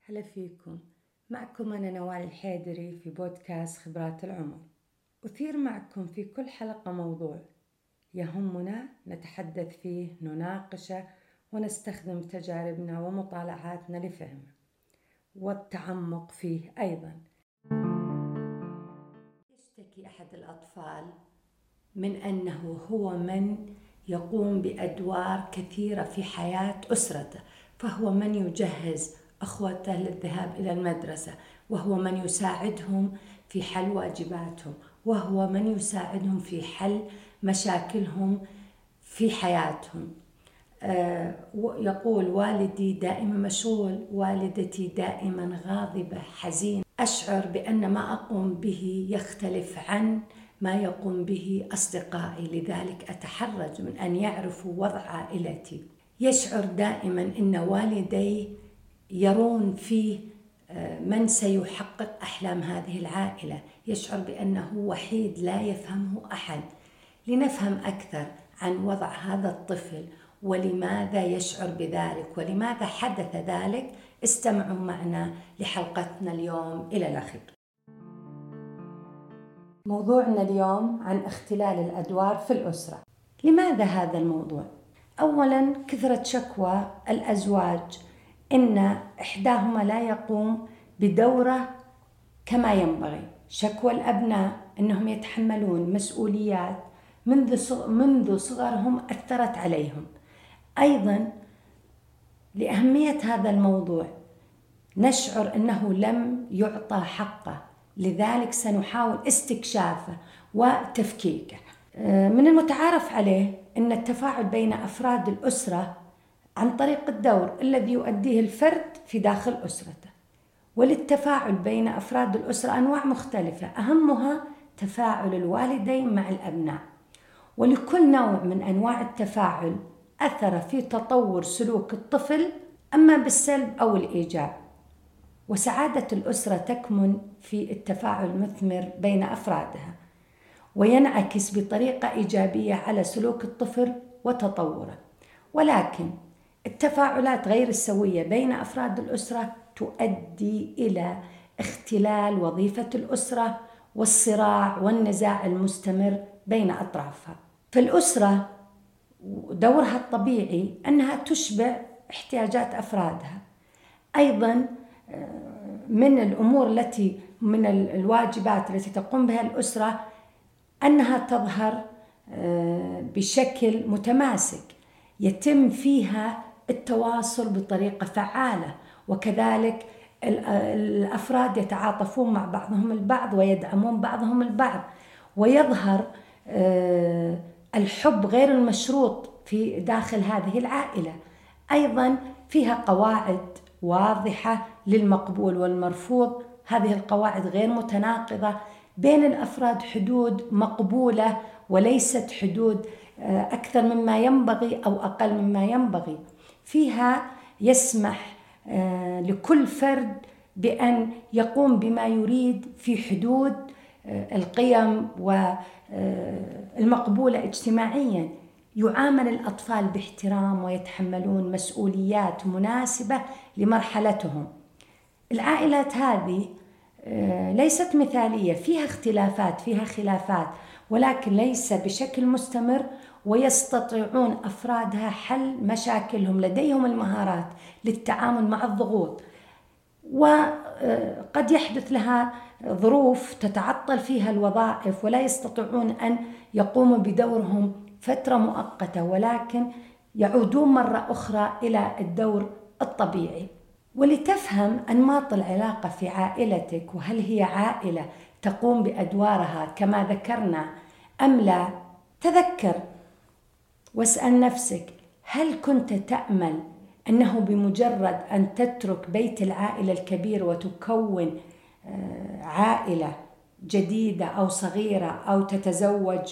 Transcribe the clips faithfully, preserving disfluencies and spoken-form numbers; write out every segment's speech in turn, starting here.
هلا فيكم. معكم أنا نوال الحيدري في بودكاست خبرات العمر. أثير معكم في كل حلقة موضوع يهمنا نتحدث فيه، نناقشه ونستخدم تجاربنا ومطالعاتنا لفهمه والتعمق فيه أيضا. يشتكي أحد الأطفال من أنه هو من يقوم بأدوار كثيرة في حياة أسرته، فهو من يجهز أخوته للذهاب إلى المدرسة، وهو من يساعدهم في حل واجباتهم، وهو من يساعدهم في حل مشاكلهم في حياتهم. آه يقول: والدي دائما مشغول، والدتي دائما غاضبة حزين، أشعر بأن ما أقوم به يختلف عن ما يقوم به أصدقائي، لذلك أتحرج من أن يعرفوا وضع عائلتي. يشعر دائما أن والديه يرون فيه من سيحقق أحلام هذه العائلة، يشعر بأنه وحيد لا يفهمه أحد. لنفهم أكثر عن وضع هذا الطفل ولماذا يشعر بذلك ولماذا حدث ذلك، استمعوا معنا لحلقتنا اليوم إلى الأخير. موضوعنا اليوم عن اختلال الأدوار في الأسرة. لماذا هذا الموضوع؟ أولاً، كثرة شكوى الأزواج إن إحداهما لا يقوم بدوره كما ينبغي. شكوى الأبناء أنهم يتحملون مسؤوليات منذ منذ صغرهم أثرت عليهم. أيضاً، لأهمية هذا الموضوع نشعر أنه لم يعطى حقه، لذلك سنحاول استكشافه وتفكيكه. من المتعارف عليه أن التفاعل بين أفراد الأسرة عن طريق الدور الذي يؤديه الفرد في داخل أسرته. وللتفاعل بين أفراد الأسرة أنواع مختلفة، أهمها تفاعل الوالدين مع الأبناء. ولكل نوع من أنواع التفاعل أثر في تطور سلوك الطفل، أما بالسلب أو الإيجاب. وسعادة الأسرة تكمن في التفاعل المثمر بين أفرادها، وينعكس بطريقة إيجابية على سلوك الطفل وتطوره. ولكن التفاعلات غير السوية بين أفراد الأسرة تؤدي إلى اختلال وظيفة الأسرة والصراع والنزاع المستمر بين أطرافها. فالأسرة دورها الطبيعي أنها تشبع احتياجات أفرادها. أيضاً من الأمور التي من الواجبات التي تقوم بها الأسرة أنها تظهر بشكل متماسك، يتم فيها التواصل بطريقة فعالة، وكذلك الأفراد يتعاطفون مع بعضهم البعض ويدعمون بعضهم البعض، ويظهر الحب غير المشروط في داخل هذه العائلة. أيضاً فيها قواعد واضحة للمقبول والمرفوض، هذه القواعد غير متناقضة بين الأفراد، حدود مقبولة وليست حدود أكثر مما ينبغي أو أقل مما ينبغي. فيها يسمح لكل فرد بأن يقوم بما يريد في حدود القيم والمقبولة اجتماعياً. يعامل الأطفال باحترام ويتحملون مسؤوليات مناسبة لمرحلتهم. العائلات هذه ليست مثالية، فيها اختلافات، فيها خلافات، ولكن ليس بشكل مستمر، ويستطيعون أفرادها حل مشاكلهم، لديهم المهارات للتعامل مع الضغوط. وقد يحدث لها ظروف تتعطل فيها الوظائف ولا يستطيعون أن يقوموا بدورهم فترة مؤقتة، ولكن يعودون مرة أخرى إلى الدور الطبيعي. ولتفهم أنماط العلاقة في عائلتك، وهل هي عائلة تقوم بأدوارها كما ذكرنا أم لا، تذكر واسأل نفسك: هل كنت تأمل أنه بمجرد أن تترك بيت العائلة الكبير وتكون عائلة جديدة أو صغيرة أو تتزوج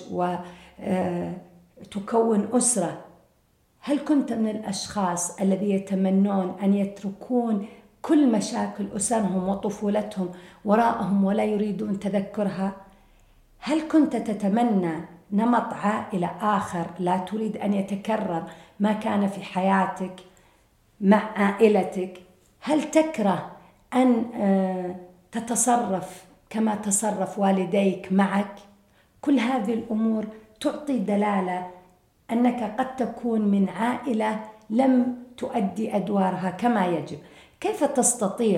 وتكون أسرة، هل كنت من الأشخاص الذين يتمنون أن يتركون كل مشاكل أسرهم وطفولتهم وراءهم ولا يريدون تذكرها؟ هل كنت تتمنى نمط عائلة آخر لا تريد أن يتكرر ما كان في حياتك مع عائلتك؟ هل تكره أن تتصرف كما تصرف والديك معك. كل هذه الأمور تعطي دلالة أنك قد تكون من عائلة لم تؤدي أدوارها كما يجب. كيف تستطيع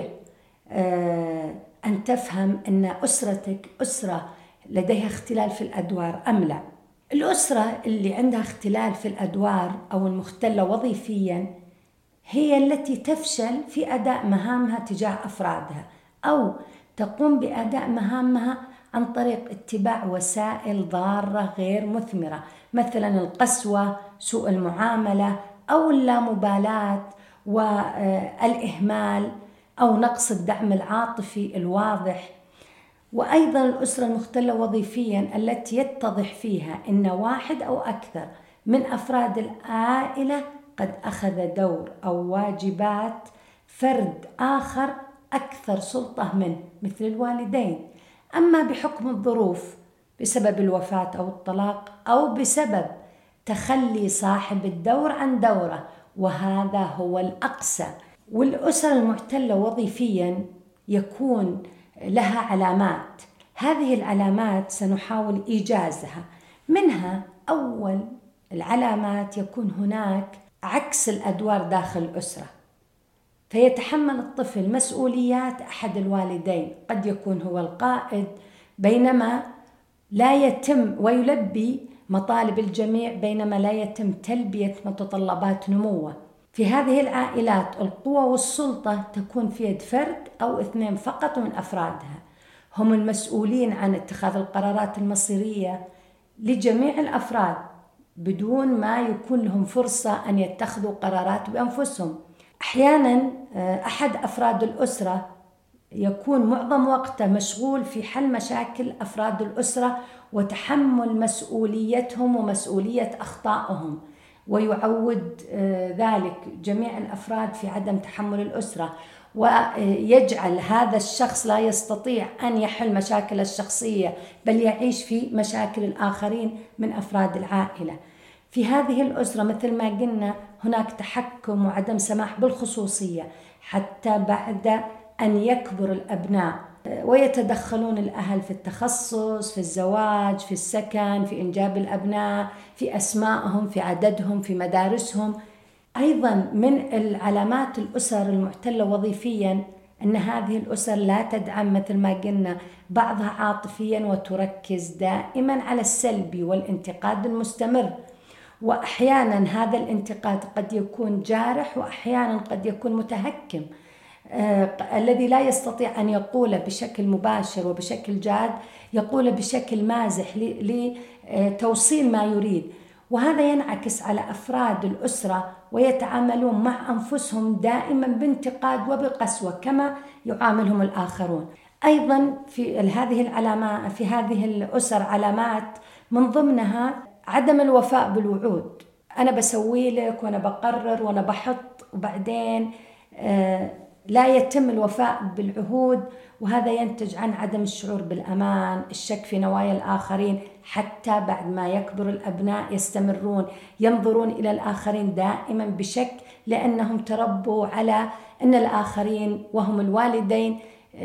أن تفهم أن أسرتك أسرة لديها اختلال في الأدوار أم لا؟ الأسرة اللي عندها اختلال في الأدوار أو المختلة وظيفياً هي التي تفشل في أداء مهامها تجاه أفرادها، أو تقوم بأداء مهامها عن طريق اتباع وسائل ضارة غير مثمرة، مثلا القسوة، سوء المعاملة، أو اللامبالاة والإهمال، أو نقص الدعم العاطفي الواضح. وأيضا الأسرة المختلة وظيفيا التي يتضح فيها أن واحد أو أكثر من أفراد العائلة قد أخذ دور أو واجبات فرد آخر أكثر سلطة منه مثل الوالدين، أما بحكم الظروف بسبب الوفاة أو الطلاق، أو بسبب تخلي صاحب الدور عن دوره، وهذا هو الأقسى. والأسر المعتلة وظيفيا يكون لها علامات، هذه العلامات سنحاول إيجازها. منها أول العلامات يكون هناك عكس الأدوار داخل الأسرة، فيتحمل الطفل مسؤوليات أحد الوالدين، قد يكون هو القائد بينما لا يتم ويلبي مطالب الجميع بينما لا يتم تلبية متطلبات نموه. في هذه العائلات القوة والسلطة تكون في يد فرد أو اثنين فقط من أفرادها، هم المسؤولين عن اتخاذ القرارات المصيرية لجميع الأفراد بدون ما يكون لهم فرصة أن يتخذوا قرارات بأنفسهم. أحيانا أحد أفراد الأسرة يكون معظم وقته مشغول في حل مشاكل أفراد الأسرة وتحمل مسؤوليتهم ومسؤولية أخطائهم، ويعود ذلك جميع الأفراد في عدم تحمل الأسرة، ويجعل هذا الشخص لا يستطيع أن يحل مشاكل الشخصية بل يعيش في مشاكل الآخرين من أفراد العائلة. في هذه الأسرة مثل ما قلنا هناك تحكم وعدم سماح بالخصوصية حتى بعد أن يكبر الأبناء، ويتدخلون الأهل في التخصص، في الزواج، في السكن، في إنجاب الأبناء، في أسمائهم، في عددهم، في مدارسهم. أيضا من العلامات الأسر المعتلة وظيفيا أن هذه الأسر لا تدعم مثل ما قلنا بعضها عاطفيا وتركز دائما على السلبي والانتقاد المستمر، وأحيانا هذا الانتقاد قد يكون جارح وأحيانا قد يكون متهكم، آه الذي لا يستطيع أن يقول بشكل مباشر وبشكل جاد، يقول بشكل مازح لتوصيل ما يريد، وهذا ينعكس على أفراد الأسرة ويتعاملون مع أنفسهم دائما بانتقاد وبقسوة كما يعاملهم الآخرون. أيضا في هذه العلامات في هذه الأسر علامات من ضمنها عدم الوفاء بالوعود، أنا بسوي لك وأنا بقرر وأنا بحط وبعدين آه لا يتم الوفاء بالعهود، وهذا ينتج عن عدم الشعور بالأمان، الشك في نوايا الآخرين، حتى بعد ما يكبر الأبناء يستمرون ينظرون إلى الآخرين دائما بشك، لأنهم تربوا على أن الآخرين وهم الوالدين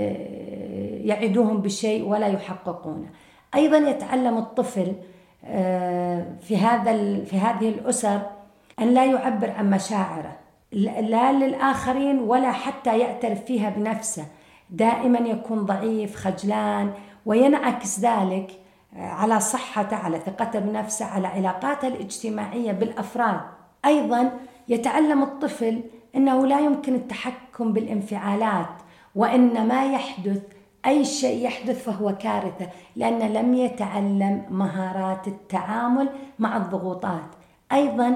يعدوهم بشيء ولا يحققونه. أيضا يتعلم الطفل في هذا في هذه الأسر أن لا يعبر عن مشاعره لا للآخرين ولا حتى يعترف فيها بنفسه، دائما يكون ضعيف خجلان، وينعكس ذلك على صحته، على ثقته بنفسه، على علاقاته الاجتماعية بالأفراد. أيضا يتعلم الطفل أنه لا يمكن التحكم بالانفعالات، وإن ما يحدث أي شيء يحدث فهو كارثة، لأنه لم يتعلم مهارات التعامل مع الضغوطات. أيضا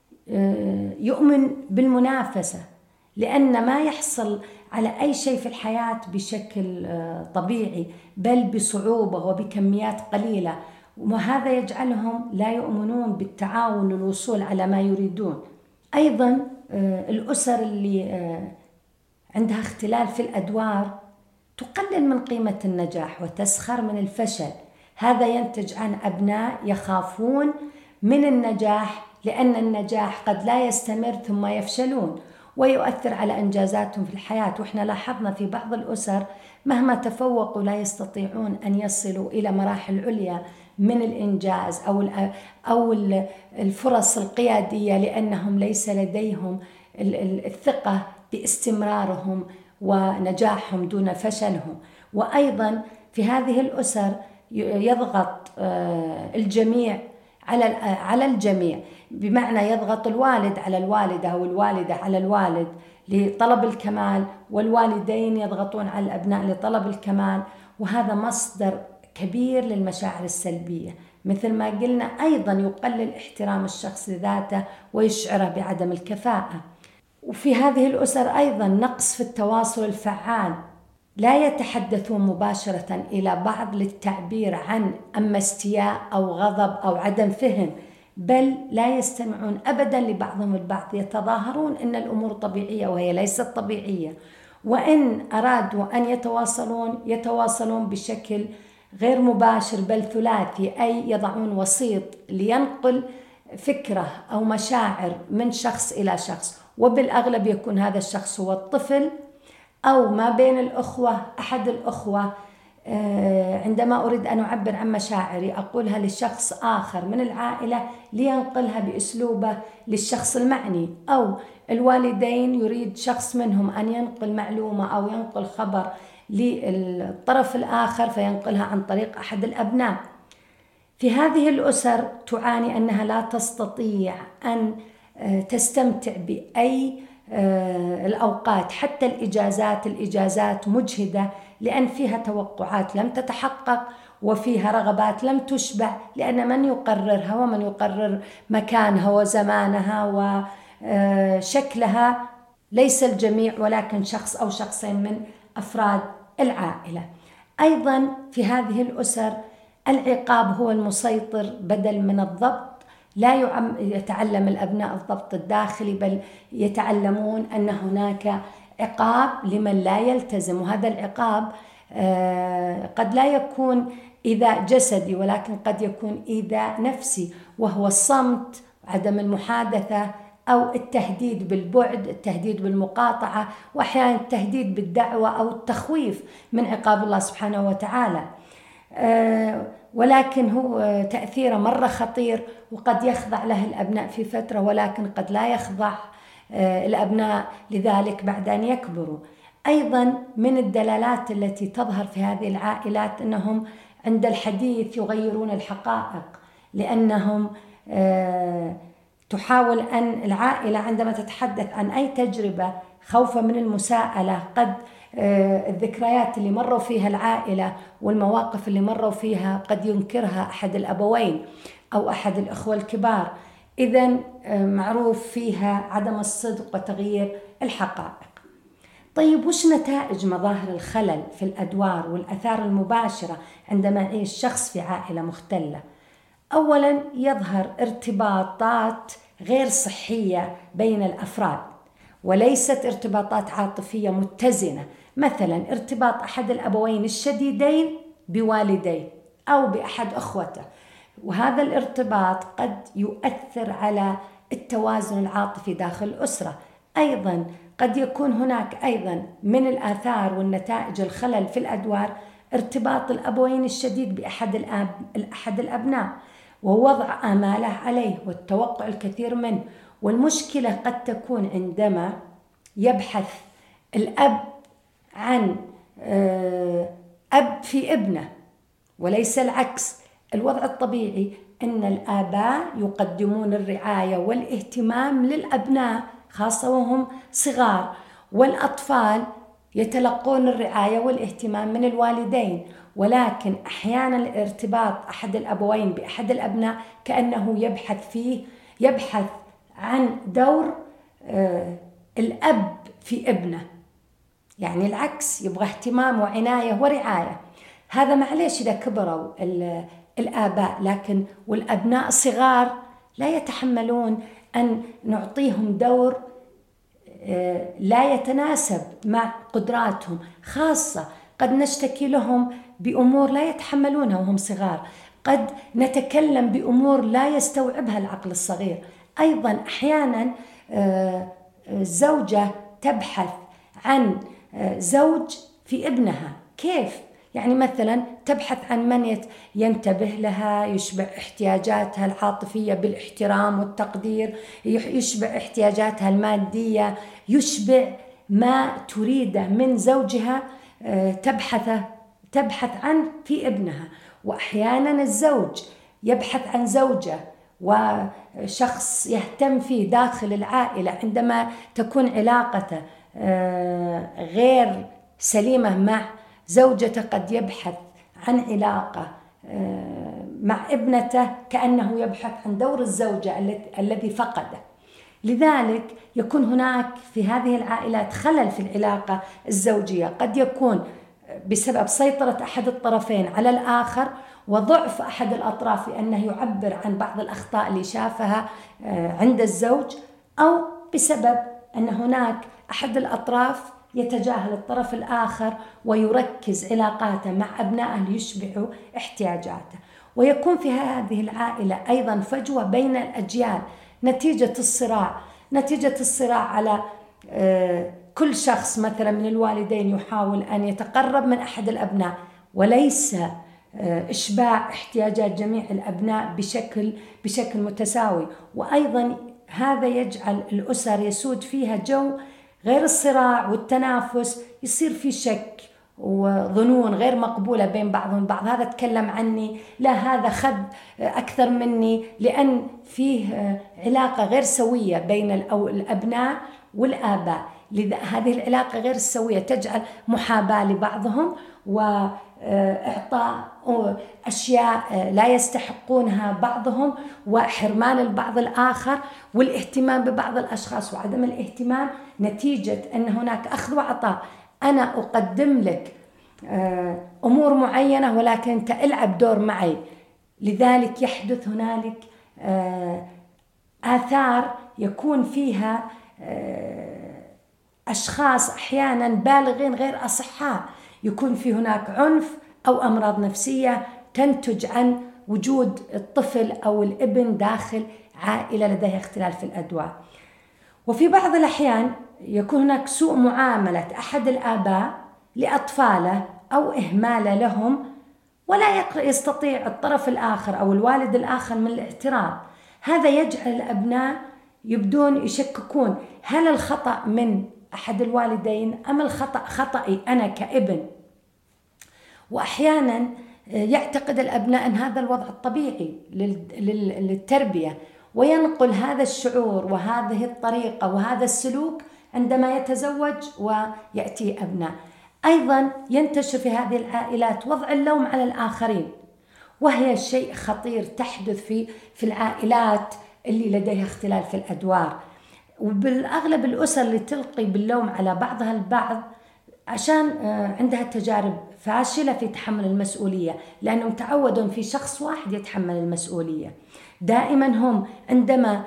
يؤمن بالمنافسة، لأن ما يحصل على أي شيء في الحياة بشكل طبيعي بل بصعوبة وبكميات قليلة، وهذا يجعلهم لا يؤمنون بالتعاون للوصول على ما يريدون. أيضا الأسر اللي عندها اختلال في الأدوار تقلل من قيمة النجاح وتسخر من الفشل، هذا ينتج عن أبناء يخافون من النجاح لأن النجاح قد لا يستمر ثم يفشلون، ويؤثر على إنجازاتهم في الحياة. وإحنا لاحظنا في بعض الأسر مهما تفوقوا لا يستطيعون أن يصلوا إلى مراحل عليا من الإنجاز أو أو الفرص القيادية، لأنهم ليس لديهم الثقة باستمرارهم ونجاحهم دون فشلهم. وأيضا في هذه الأسر يضغط الجميع على على الجميع، بمعنى يضغط الوالد على الوالدة أو الوالدة على الوالد لطلب الكمال، والوالدين يضغطون على الأبناء لطلب الكمال، وهذا مصدر كبير للمشاعر السلبية. مثل ما قلنا أيضا يقلل احترام الشخص لذاته ويشعره بعدم الكفاءة. وفي هذه الأسر أيضا نقص في التواصل الفعال، لا يتحدثون مباشرة إلى بعض للتعبير عن أما استياء أو غضب أو عدم فهم، بل لا يستمعون أبدا لبعضهم البعض، يتظاهرون أن الأمور طبيعية وهي ليست طبيعية. وإن أرادوا أن يتواصلون يتواصلون بشكل غير مباشر بل ثلاثي، أي يضعون وسيط لينقل فكرة أو مشاعر من شخص إلى شخص، وبالأغلب يكون هذا الشخص هو الطفل أو ما بين الأخوة أحد الأخوة. عندما أريد أن أعبر عن مشاعري أقولها لشخص آخر من العائلة لينقلها بأسلوبه للشخص المعني، أو الوالدين يريد شخص منهم أن ينقل معلومة أو ينقل خبر للطرف الآخر فينقلها عن طريق أحد الأبناء. في هذه الأسر تعاني أنها لا تستطيع أن تستمتع بأي الأوقات، حتى الإجازات الإجازات مجهدة، لأن فيها توقعات لم تتحقق وفيها رغبات لم تشبع، لأن من يقررها ومن يقرر مكانها وزمانها وشكلها ليس الجميع ولكن شخص أو شخصين من أفراد العائلة. أيضا في هذه الأسر العقاب هو المسيطر بدل من الضبط. لا يتعلم الأبناء الضبط الداخلي، بل يتعلمون أن هناك عقاب لمن لا يلتزم، وهذا العقاب قد لا يكون إيذاء جسدي ولكن قد يكون إيذاء نفسي، وهو الصمت، عدم المحادثة، أو التهديد بالبعد، التهديد بالمقاطعة، وأحيانا التهديد بالدعوة أو التخويف من عقاب الله سبحانه وتعالى. ولكن هو تأثيره مرة خطير، وقد يخضع له الأبناء في فترة ولكن قد لا يخضع الأبناء لذلك بعد أن يكبروا. أيضا من الدلالات التي تظهر في هذه العائلات أنهم عند الحديث يغيرون الحقائق، لأنهم تحاول أن العائلة عندما تتحدث عن أي تجربة خوفا من المساءلة، قد الذكريات اللي مروا فيها العائلة والمواقف اللي مروا فيها قد ينكرها أحد الأبوين أو أحد الأخوة الكبار، إذن معروف فيها عدم الصدق وتغيير الحقائق. طيب وش نتائج مظاهر الخلل في الأدوار والأثار المباشرة عندما يعيش شخص في عائلة مختلة؟ أولا يظهر ارتباطات غير صحية بين الأفراد، وليست ارتباطات عاطفية متزنة، مثلا ارتباط أحد الأبوين الشديدين بوالديه أو بأحد أخوته، وهذا الارتباط قد يؤثر على التوازن العاطفي داخل الأسرة. أيضا قد يكون هناك أيضا من الآثار والنتائج الخلل في الأدوار ارتباط الأبوين الشديد بأحد الأب أحد الأبناء ووضع آماله عليه والتوقع الكثير منه. والمشكلة قد تكون عندما يبحث الأب عن أب في ابنه وليس العكس. الوضع الطبيعي أن الآباء يقدمون الرعاية والاهتمام للأبناء خاصة وهم صغار، والأطفال يتلقون الرعاية والاهتمام من الوالدين، ولكن أحيانا الارتباط أحد الأبوين بأحد الأبناء كأنه يبحث فيه يبحث عن دور آه الأب في ابنه، يعني العكس، يبغى اهتمام وعناية ورعاية. هذا معليش إذا كبروا الآباء، لكن والأبناء صغار لا يتحملون أن نعطيهم دور آه لا يتناسب مع قدراتهم، خاصة قد نشتكي لهم بأمور لا يتحملونها وهم صغار، قد نتكلم بأمور لا يستوعبها العقل الصغير. أيضا أحيانا الزوجة تبحث عن زوج في ابنها. كيف؟ يعني مثلا تبحث عن من ينتبه لها، يشبع احتياجاتها العاطفية بالاحترام والتقدير، يشبع احتياجاتها المادية، يشبع ما تريده من زوجها. تبحث تبحث عنه في ابنها. وأحيانا الزوج يبحث عن زوجة وشخص يهتم فيه داخل العائلة عندما تكون علاقته غير سليمة مع زوجته. قد يبحث عن علاقة مع ابنته كأنه يبحث عن دور الزوجة الذي فقده. لذلك يكون هناك في هذه العائلات خلل في العلاقة الزوجية، قد يكون بسبب سيطرة أحد الطرفين على الآخر وضعف أحد الأطراف في أنه يعبر عن بعض الأخطاء اللي شافها عند الزوج، أو بسبب أن هناك أحد الأطراف يتجاهل الطرف الآخر ويركز علاقاته مع أبنائه ليشبعوا احتياجاته. ويكون في هذه العائلة أيضا فجوة بين الأجيال نتيجة الصراع نتيجة الصراع على كل شخص مثلا من الوالدين يحاول أن يتقرب من أحد الأبناء، وليس إشباع احتياجات جميع الأبناء بشكل بشكل متساوي. وأيضا هذا يجعل الأسر يسود فيها جو غير الصراع والتنافس، يصير في شك وظنون غير مقبولة بين بعضهم البعض. هذا تكلم عني، لا هذا خذ أكثر مني، لأن فيه علاقة غير سوية بين الأبناء والآباء. لذا هذه العلاقة غير السوية تجعل محاباة لبعضهم وإعطاء أشياء لا يستحقونها بعضهم، وحرمان البعض الآخر، والاهتمام ببعض الأشخاص وعدم الاهتمام نتيجة أن هناك أخذ وعطاء. أنا أقدم لك أمور معينة ولكن أنت العب دور معي. لذلك يحدث هنالك آثار يكون فيها أشخاص أحيانا بالغين غير أصحاء، يكون في هناك عنف أو أمراض نفسية تنتج عن وجود الطفل أو الابن داخل عائلة لديها اختلال في الأدوار. وفي بعض الأحيان يكون هناك سوء معاملة أحد الآباء لأطفاله أو إهماله لهم، ولا يستطيع الطرف الآخر أو الوالد الآخر من الاعتراض. هذا يجعل الأبناء يبدون يشككون هل الخطأ من أحد الوالدين أم الخطأ خطأي أنا كابن. وأحيانا يعتقد الأبناء أن هذا الوضع الطبيعي للتربية، وينقل هذا الشعور وهذه الطريقة وهذا السلوك عندما يتزوج ويأتي أبناء. أيضا ينتشر في هذه العائلات وضع اللوم على الآخرين، وهي شيء خطير تحدث في في العائلات اللي لديها اختلال في الأدوار. وبالأغلب الأسر اللي تلقي باللوم على بعضها البعض عشان عندها تجارب فاشلة في تحمل المسؤولية، لأنهم تعودوا في شخص واحد يتحمل المسؤولية. دائما هم عندما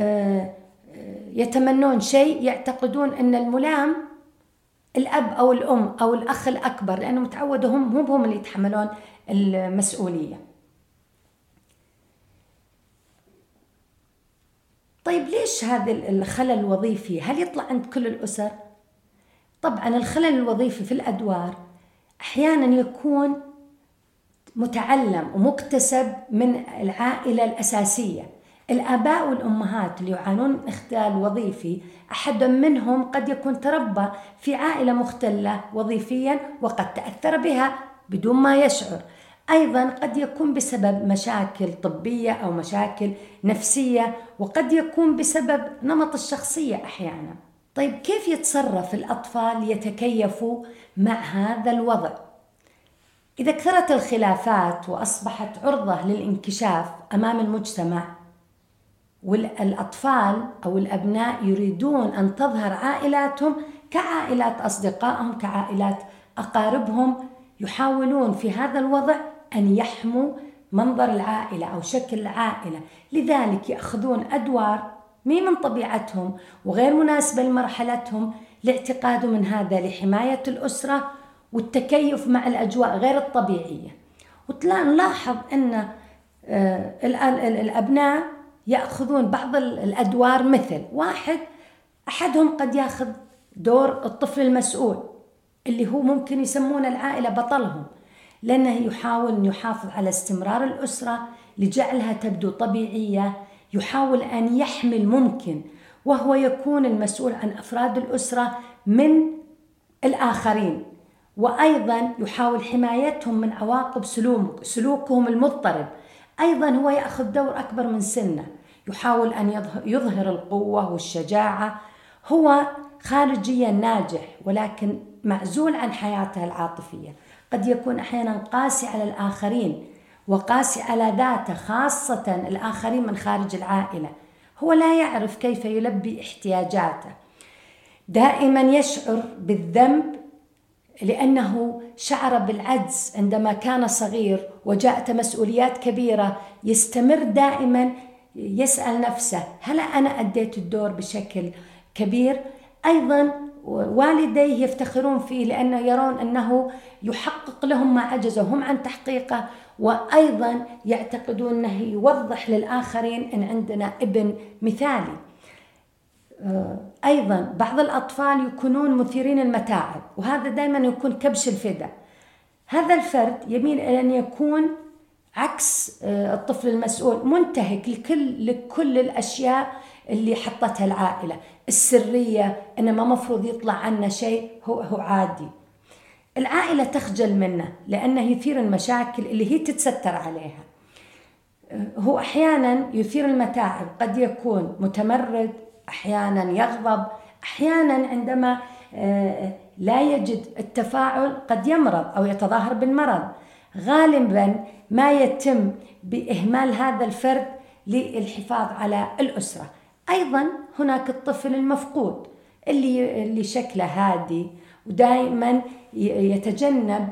يتمنون شيء يعتقدون أن الملام الأب أو الأم أو الأخ الأكبر، لأنهم متعودوا هم هم اللي يتحملون المسؤولية. طيب ليش هذا الخلل الوظيفي؟ هل يطلع عند كل الأسر؟ طبعا الخلل الوظيفي في الأدوار أحيانا يكون متعلم ومكتسب من العائلة الأساسية. الآباء والأمهات اللي يعانون من اختلال وظيفي أحد منهم قد يكون تربى في عائلة مختلة وظيفيا وقد تأثر بها بدون ما يشعر. أيضا قد يكون بسبب مشاكل طبية أو مشاكل نفسية، وقد يكون بسبب نمط الشخصية أحيانا. طيب كيف يتصرف الأطفال ليتكيفوا مع هذا الوضع؟ إذا كثرت الخلافات وأصبحت عرضة للانكشاف أمام المجتمع، والأطفال أو الأبناء يريدون أن تظهر عائلاتهم كعائلات أصدقائهم كعائلات أقاربهم، يحاولون في هذا الوضع أن يحموا منظر العائلة أو شكل العائلة. لذلك يأخذون أدوار مي من طبيعتهم وغير مناسبة لمرحلتهم لاعتقادهم من هذا لحماية الأسرة والتكيف مع الأجواء غير الطبيعية. ونلاحظ أن الأبناء يأخذون بعض الأدوار، مثل واحد أحدهم قد ياخذ دور الطفل المسؤول اللي هو ممكن يسمون العائلة بطلهم، لأنه يحاول أن يحافظ على استمرار الأسرة لجعلها تبدو طبيعية، يحاول أن يحمل ممكن، وهو يكون المسؤول عن أفراد الأسرة من الآخرين، وأيضا يحاول حمايتهم من عواقب سلوك سلوكهم المضطرب. أيضا هو يأخذ دور أكبر من سنه، يحاول أن يظهر القوة والشجاعة، هو خارجيا ناجح ولكن معزول عن حياته العاطفية، قد يكون أحيانا قاسي على الآخرين وقاسي على ذاته، خاصة الآخرين من خارج العائلة، هو لا يعرف كيف يلبي احتياجاته، دائما يشعر بالذنب لأنه شعر بالعجز عندما كان صغير وجاءت مسؤوليات كبيرة، يستمر دائما يسأل نفسه هل أنا أديت الدور بشكل كبير؟ أيضا والديه يفتخرون فيه لأنه يرون أنه يحقق لهم ما عجزوا هم عن تحقيقه، وأيضا يعتقدون أنه يوضح للآخرين أن عندنا ابن مثالي. أيضا بعض الأطفال يكونون مثيرين المتاعب، وهذا دائما يكون كبش الفدا. هذا الفرد يميل إلى أن يكون عكس الطفل المسؤول، منتهك لكل, لكل الأشياء اللي حطتها العائلة السرية، إنما مفروض يطلع عنه شيء هو, هو عادي. العائلة تخجل منه لأنه يثير المشاكل اللي هي تتستر عليها. هو أحيانا يثير المتاعب، قد يكون متمرد، أحيانا يغضب، أحيانا عندما لا يجد التفاعل قد يمرض أو يتظاهر بالمرض. غالبا ما يتم بإهمال هذا الفرد للحفاظ على الأسرة. أيضا هناك الطفل المفقود اللي اللي شكله هادي ودائما يتجنب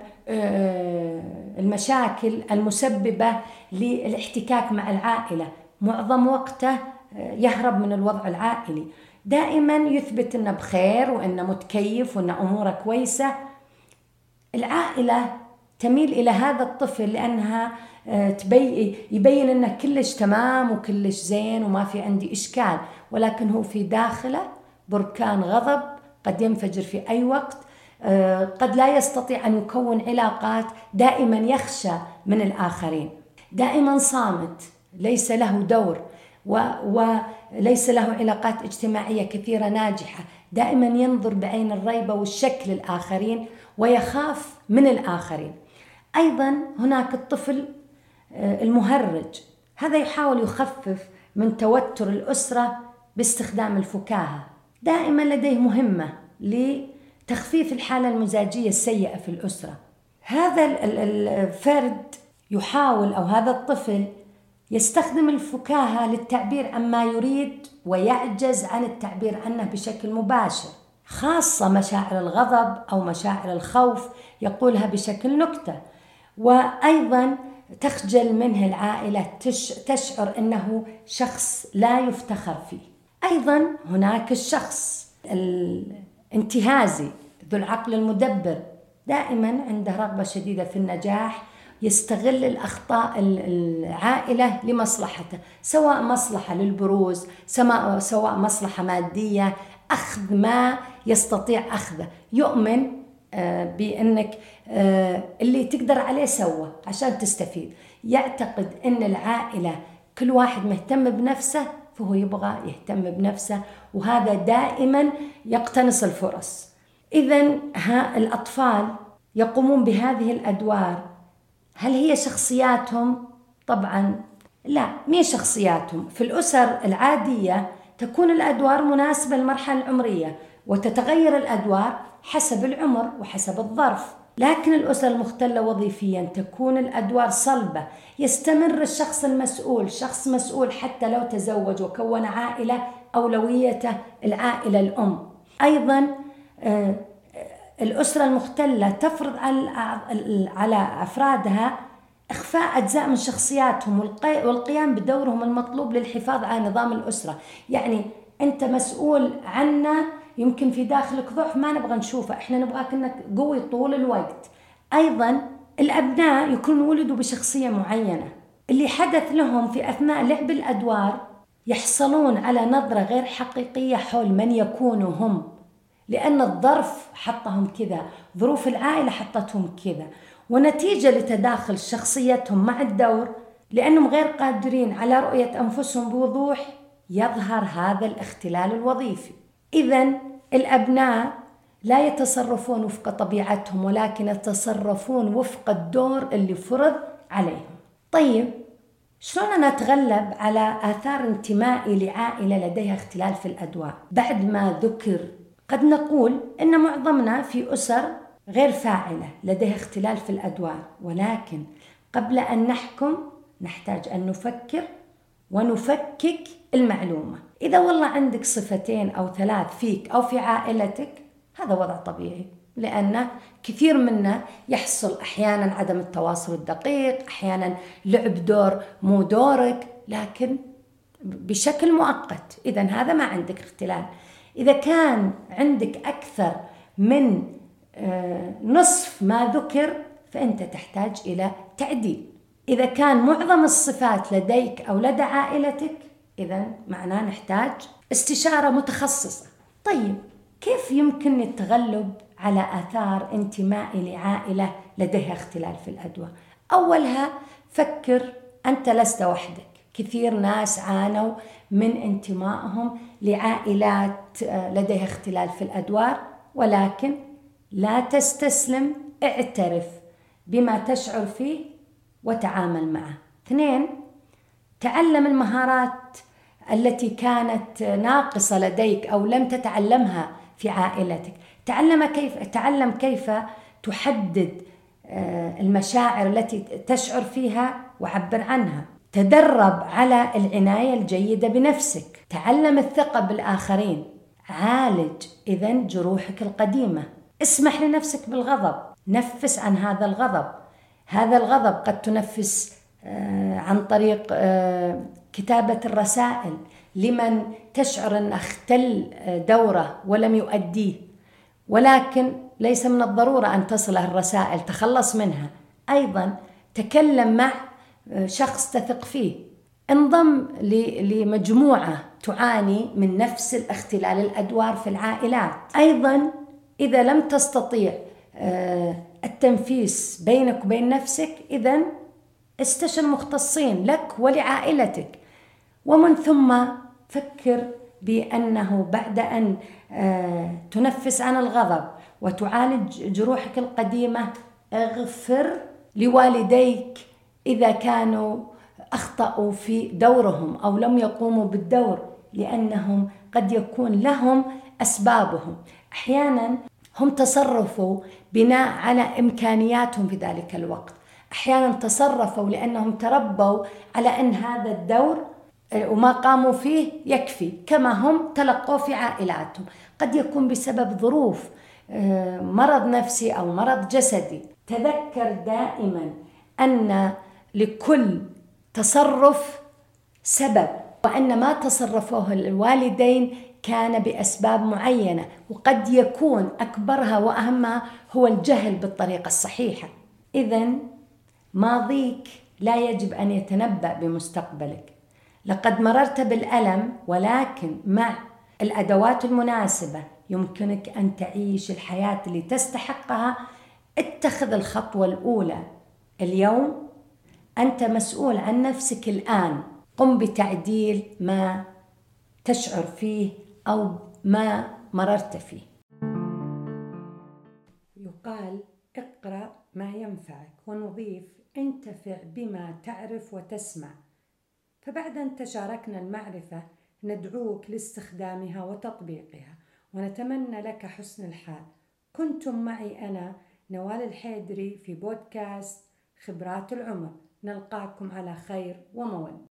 المشاكل المسببة للاحتكاك مع العائلة، معظم وقته يهرب من الوضع العائلي، دائما يثبت أنه بخير وأنه متكيف وأن أموره كويسة. العائلة تميل إلى هذا الطفل لأنها تبي يبين أنه كلش تمام وكلش زين وما في عندي إشكال، ولكن هو في داخله بركان غضب قد ينفجر في أي وقت، قد لا يستطيع أن يكون علاقات، دائما يخشى من الآخرين، دائما صامت، ليس له دور وليس له علاقات اجتماعية كثيرة ناجحة، دائما ينظر بعين الريبة والشك للآخرين ويخاف من الآخرين. أيضا هناك الطفل المهرج، هذا يحاول يخفف من توتر الأسرة باستخدام الفكاهة، دائما لديه مهمة لتخفيف الحالة المزاجية السيئة في الأسرة. هذا الفرد يحاول أو هذا الطفل يستخدم الفكاهة للتعبير عما يريد ويعجز عن التعبير عنه بشكل مباشر، خاصة مشاعر الغضب أو مشاعر الخوف يقولها بشكل نكتة. وأيضا تخجل منه العائلة، تشعر أنه شخص لا يفتخر فيه. أيضا هناك الشخص الانتهازي ذو العقل المدبر، دائما عنده رغبة شديدة في النجاح، يستغل الأخطاء العائلة لمصلحته، سواء مصلحة للبروز، سواء مصلحة مادية، أخذ ما يستطيع أخذه، يؤمن بأنك اللي تقدر عليه سوى عشان تستفيد، يعتقد أن العائلة كل واحد مهتم بنفسه فهو يبغى يهتم بنفسه، وهذا دائما يقتنص الفرص. إذن ها الأطفال يقومون بهذه الأدوار، هل هي شخصياتهم؟ طبعا لا، مين شخصياتهم. في الأسر العادية تكون الأدوار مناسبة للمرحلة العمرية، وتتغير الأدوار حسب العمر وحسب الظرف. لكن الأسر المختلة وظيفيا تكون الأدوار صلبة، يستمر الشخص المسؤول شخص مسؤول حتى لو تزوج وكون عائلة، أولويته العائلة الأم. أيضا الأسرة المختلة تفرض على أفرادها إخفاء أجزاء من شخصياتهم والقيام بدورهم المطلوب للحفاظ على نظام الأسرة. يعني أنت مسؤول عنا، يمكن في داخلك ضعف ما نبغى نشوفه، إحنا نبغاك أنك قوي طول الوقت. أيضا الأبناء يكونوا ولدوا بشخصية معينة، اللي حدث لهم في أثناء لعب الأدوار يحصلون على نظرة غير حقيقية حول من يكونوا هم، لأن الظرف حطهم كذا، ظروف العائلة حطتهم كذا، ونتيجة لتداخل شخصيتهم مع الدور لأنهم غير قادرين على رؤية أنفسهم بوضوح يظهر هذا الاختلال الوظيفي. إذن الأبناء لا يتصرفون وفق طبيعتهم، ولكن يتصرفون وفق الدور اللي فرض عليهم. طيب، شلون نتغلب على آثار انتمائي لعائلة لديها اختلال في الأدوار؟ بعد ما ذكر قد نقول إن معظمنا في أسر غير فاعلة لديها اختلال في الأدوار، ولكن قبل أن نحكم نحتاج أن نفكر ونفكك المعلومة. إذا والله عندك صفتين أو ثلاث فيك أو في عائلتك هذا وضع طبيعي، لأن كثير منا يحصل أحيانا عدم التواصل الدقيق، أحيانا لعب دور مو دورك لكن بشكل مؤقت. إذن هذا ما عندك اختلال. إذا كان عندك أكثر من نصف ما ذكر فأنت تحتاج إلى تعديل. إذا كان معظم الصفات لديك أو لدى عائلتك إذن معناه نحتاج استشارة متخصصة. طيب، كيف يمكن التغلب على آثار انتمائي لعائلة لديها اختلال في الأدوار؟ أولها فكر أنت لست وحدك. كثير ناس عانوا من انتمائهم لعائلات لديها اختلال في الأدوار، ولكن لا تستسلم، اعترف بما تشعر فيه وتعامل معه. اثنين، تعلم المهارات التي كانت ناقصة لديك أو لم تتعلمها في عائلتك. تعلم كيف تعلم كيف تحدد المشاعر التي تشعر فيها وعبر عنها. تدرب على العناية الجيدة بنفسك. تعلم الثقة بالآخرين. عالج إذن جروحك القديمة. اسمح لنفسك بالغضب. نفس عن هذا الغضب. هذا الغضب قد تنفس عن طريق كتابة الرسائل لمن تشعر أن اختل دوره ولم يؤديه، ولكن ليس من الضرورة أن تصله الرسائل، تخلص منها. أيضا تكلم مع شخص تثق فيه. انضم لمجموعة تعاني من نفس الاختلال الأدوار في العائلات. أيضا إذا لم تستطيع التنفيس بينك وبين نفسك إذن استشر مختصين لك ولعائلتك. ومن ثم فكر بأنه بعد أن تنفس عن الغضب وتعالج جروحك القديمة اغفر لوالديك إذا كانوا أخطأوا في دورهم أو لم يقوموا بالدور، لأنهم قد يكون لهم أسبابهم. أحيانا هم تصرفوا بناء على إمكانياتهم في ذلك الوقت، أحيانا تصرفوا لأنهم تربوا على أن هذا الدور وما قاموا فيه يكفي كما هم تلقوا في عائلاتهم. قد يكون بسبب ظروف مرض نفسي أو مرض جسدي. تذكر دائما أن لكل تصرف سبب، وأن ما تصرفوه الوالدين كان بأسباب معينة، وقد يكون أكبرها وأهمها هو الجهل بالطريقة الصحيحة. إذن ماضيك لا يجب أن يتنبأ بمستقبلك. لقد مررت بالألم، ولكن مع الأدوات المناسبة يمكنك أن تعيش الحياة اللي تستحقها. اتخذ الخطوة الأولى اليوم. أنت مسؤول عن نفسك الآن. قم بتعديل ما تشعر فيه أو ما مررت فيه. يقال اقرأ ما ينفعك، ونضيف انتفع بما تعرف وتسمع. فبعد أن تشاركنا المعرفة ندعوك لاستخدامها وتطبيقها، ونتمنى لك حسن الحال. كنتم معي أنا نوال الحيدري في بودكاست خبرات العمر. نلقاكم على خير ومودة.